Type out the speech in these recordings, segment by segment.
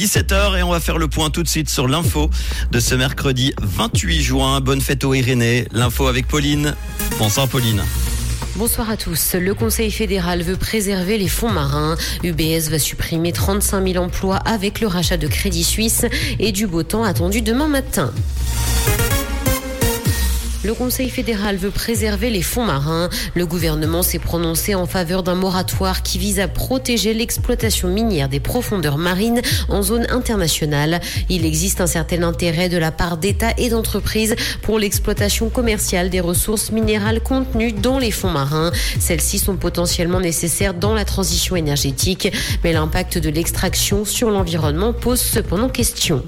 17h et on va faire le point tout de suite sur l'info de ce mercredi 28 juin. Bonne fête aux Irénée. L'info avec Pauline. Bonsoir Pauline. Bonsoir à tous. Le Conseil fédéral veut préserver les fonds marins. UBS va supprimer 35 000 emplois avec le rachat de Crédit Suisse et du beau temps attendu demain matin. Le Conseil fédéral veut préserver les fonds marins. Le gouvernement s'est prononcé en faveur d'un moratoire qui vise à protéger l'exploitation minière des profondeurs marines en zone internationale. Il existe un certain intérêt de la part d'États et d'entreprises pour l'exploitation commerciale des ressources minérales contenues dans les fonds marins. Celles-ci sont potentiellement nécessaires dans la transition énergétique, mais l'impact de l'extraction sur l'environnement pose cependant question.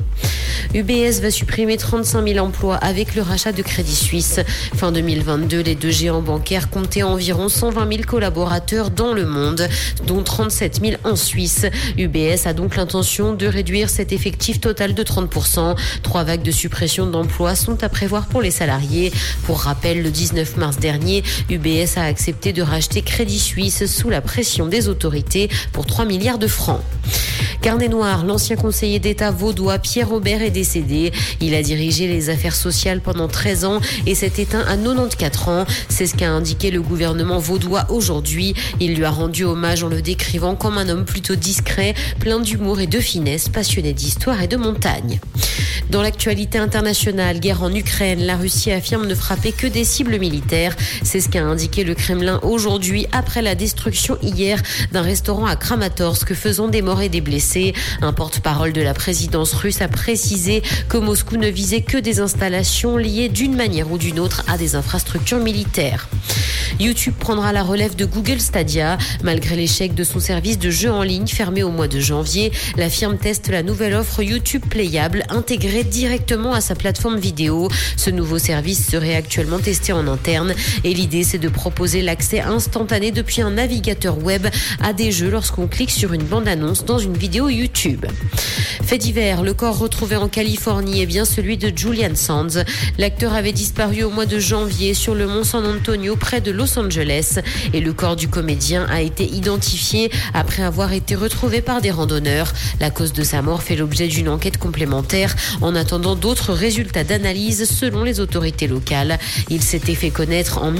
UBS va supprimer 35 000 emplois avec le rachat de Crédit Suisse. Fin 2022, les deux géants bancaires comptaient environ 120 000 collaborateurs dans le monde, dont 37 000 en Suisse. UBS a donc l'intention de réduire cet effectif total de 30%. 3 vagues de suppression d'emplois sont à prévoir pour les salariés. Pour rappel, le 19 mars dernier, UBS a accepté de racheter Crédit Suisse sous la pression des autorités pour 3 milliards de francs. Carnet noir, l'ancien conseiller d'État vaudois Pierre Robert est décédé. Il a dirigé les affaires sociales pendant 13 ans et s'est éteint à 94 ans. C'est ce qu'a indiqué le gouvernement vaudois aujourd'hui. Il lui a rendu hommage en le décrivant comme un homme plutôt discret, plein d'humour et de finesse, passionné d'histoire et de montagne. Dans l'actualité internationale, guerre en Ukraine, la Russie affirme ne frapper que des cibles militaires. C'est ce qu'a indiqué le Kremlin aujourd'hui après la destruction hier d'un restaurant à Kramatorsk, faisant des morts et des blessés. Un porte-parole de la présidence russe a précisé que Moscou ne visait que des installations liées d'une manière ou d'une autre à des infrastructures militaires. YouTube prendra la relève de Google Stadia. Malgré l'échec de son service de jeux en ligne fermé au mois de janvier, la firme teste la nouvelle offre YouTube Playable intégrée directement à sa plateforme vidéo. Ce nouveau service serait actuellement testé en interne et l'idée c'est de proposer l'accès instantané depuis un navigateur web à des jeux lorsqu'on clique sur une bande-annonce dans une vidéo YouTube. Fait divers, le corps retrouvé en Californie est bien celui de Julian Sands. L'acteur avait disparu au mois de janvier sur le mont San Antonio près de Los Angeles et le corps du comédien a été identifié après avoir été retrouvé par des randonneurs. La cause de sa mort fait l'objet d'une enquête complémentaire en attendant d'autres résultats d'analyse selon les autorités locales. Il s'était fait connaître en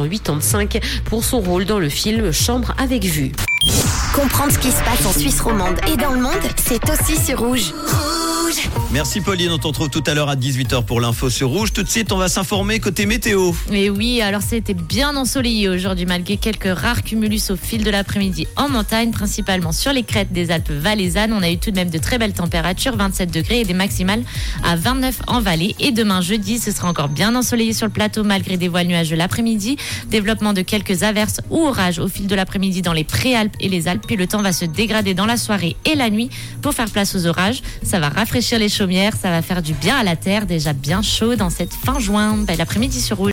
1985 pour son rôle dans le film Chambre avec vue. Comprendre ce qui se passe en Suisse romande et dans le monde, c'est aussi sur Rouge. Merci Pauline, on te retrouve tout à l'heure à 18h pour l'info sur Rouge. Tout de suite, on va s'informer côté météo. Et oui, alors c'était bien ensoleillé aujourd'hui malgré quelques rares cumulus au fil de l'après-midi en montagne, principalement sur les crêtes des Alpes valaisannes. On a eu tout de même de très belles températures, 27 degrés et des maximales à 29 en vallée. Et demain jeudi, ce sera encore bien ensoleillé sur le plateau malgré des voiles nuageux l'après-midi. Développement de quelques averses ou orages au fil de l'après-midi dans les Préalpes et les Alpes. Puis le temps va se dégrader dans la soirée et la nuit pour faire place aux orages. Ça va rafraîchir les chaumières, ça va faire du bien à la terre, déjà bien chaud dans cette fin juin. Bel après-midi sur Rouge.